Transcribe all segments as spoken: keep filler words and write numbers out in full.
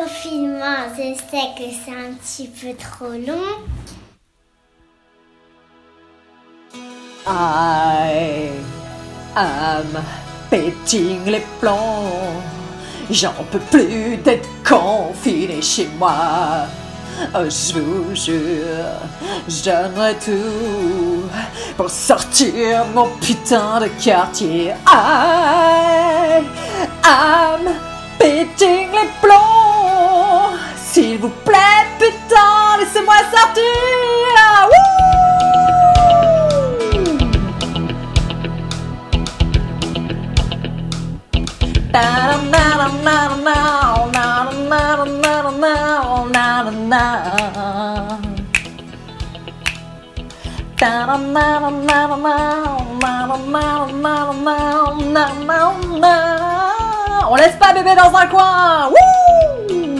confinement, je sais que c'est un petit peu trop long. I am pétine les plombs. J'en peux plus d'être confiné chez moi. Oh, je vous jure, je donnerai tout pour sortir de mon putain de quartier. I am pétine les plombs. S'il vous plaît, putain, laissez-moi sortir. Wouh! On laisse pas bébé dans un coin. Wouh!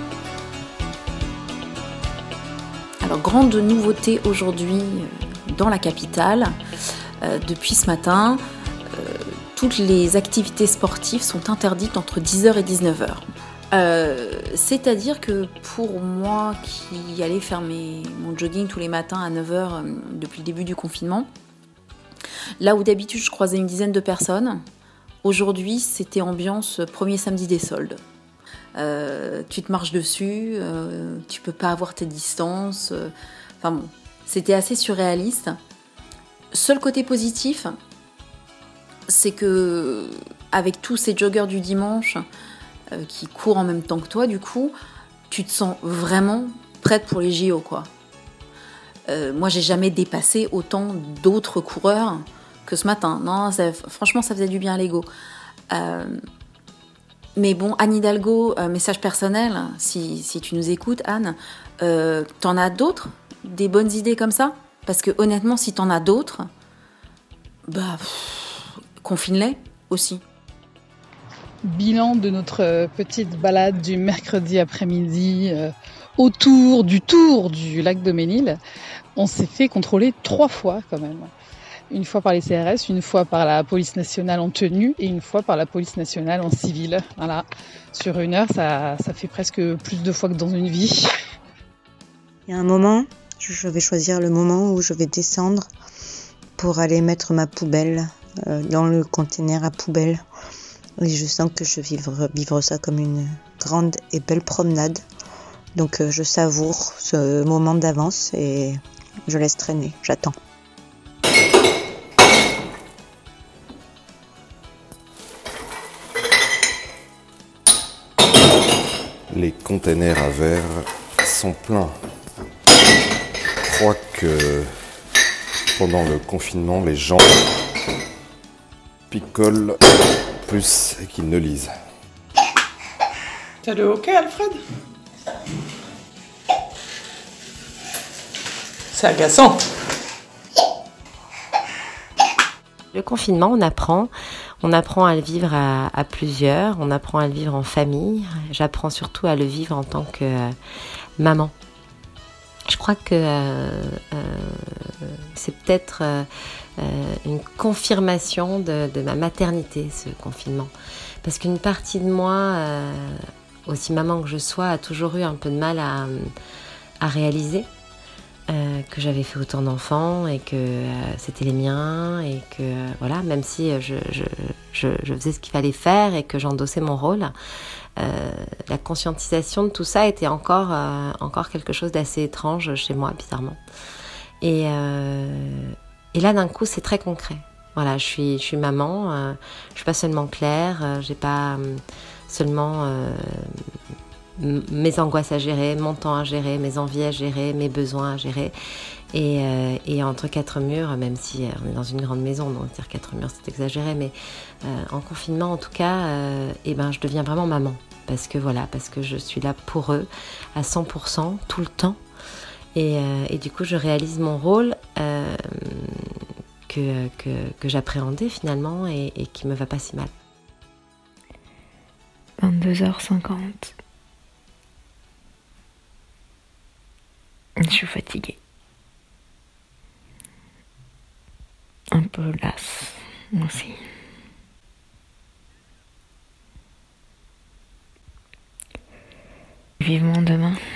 Alors, grande nouveauté aujourd'hui dans la capitale, euh, depuis ce matin, euh, toutes les activités sportives sont interdites entre dix heures et dix-neuf heures. Euh, c'est-à-dire que pour moi qui allais faire mes, mon jogging tous les matins à neuf heures euh, depuis le début du confinement, là où d'habitude je croisais une dizaine de personnes, aujourd'hui c'était ambiance premier samedi des soldes. Euh, tu te marches dessus, euh, tu peux pas avoir tes distances, euh, enfin bon, c'était assez surréaliste. Seul côté positif, c'est que avec tous ces joggers du dimanche euh, qui courent en même temps que toi, du coup, tu te sens vraiment prête pour les J O, quoi. Euh, moi, j'ai jamais dépassé autant d'autres coureurs que ce matin. Non, ça, franchement, ça faisait du bien à l'ego. Euh, mais bon, Anne Hidalgo, euh, message personnel, si, si tu nous écoutes, Anne, euh, t'en as d'autres, des bonnes idées comme ça ? Parce que honnêtement, si t'en as d'autres, bah, pff, confine-les aussi. Bilan de notre petite balade du mercredi après-midi euh, autour du tour du lac de Ménil. On s'est fait contrôler trois fois quand même. Une fois par les C R S, une fois par la police nationale en tenue et une fois par la police nationale en civil. Voilà. Sur une heure, ça, ça fait presque plus de fois que dans une vie. Il y a un moment, je vais choisir le moment où je vais descendre pour aller mettre ma poubelle euh, dans le conteneur à poubelle. Et je sens que je vais vivre, vivre ça comme une grande et belle promenade. Donc euh, je savoure ce moment d'avance et je laisse traîner, j'attends. Les containers à verre sont pleins. Je crois que pendant le confinement, les gens picolent plus qu'ils ne lisent. T'as le hockey, Alfred ? C'est agaçant. Le confinement, on apprend. On apprend à le vivre à, à plusieurs, on apprend à le vivre en famille. J'apprends surtout à le vivre en tant que euh, maman. Je crois que euh, euh, c'est peut-être euh, une confirmation de, de ma maternité, ce confinement. Parce qu'une partie de moi, euh, aussi maman que je sois, a toujours eu un peu de mal à, à réaliser euh, que j'avais fait autant d'enfants et que euh, c'était les miens et que euh, voilà, même si je, je, je, je faisais ce qu'il fallait faire et que j'endossais mon rôle, euh, la conscientisation de tout ça était encore, euh, encore quelque chose d'assez étrange chez moi, bizarrement. Et, euh, et là, d'un coup, c'est très concret. Voilà, je suis, je suis maman, euh, je suis pas seulement Claire, euh, j'ai pas euh, seulement euh, m- mes angoisses à gérer, mon temps à gérer, mes envies à gérer, mes besoins à gérer. Et, euh, et entre quatre murs, même si on est dans une grande maison, donc dire quatre murs c'est exagéré, mais euh, en confinement en tout cas, euh, eh ben, je deviens vraiment maman. Parce que voilà, parce que je suis là pour eux à cent pour cent, tout le temps. Et, euh, et du coup, je réalise mon rôle euh, que, que, que j'appréhendais finalement et, et qui me va pas si mal. vingt-deux heures cinquante. Je suis fatiguée. Un peu lasse aussi. Vivement demain.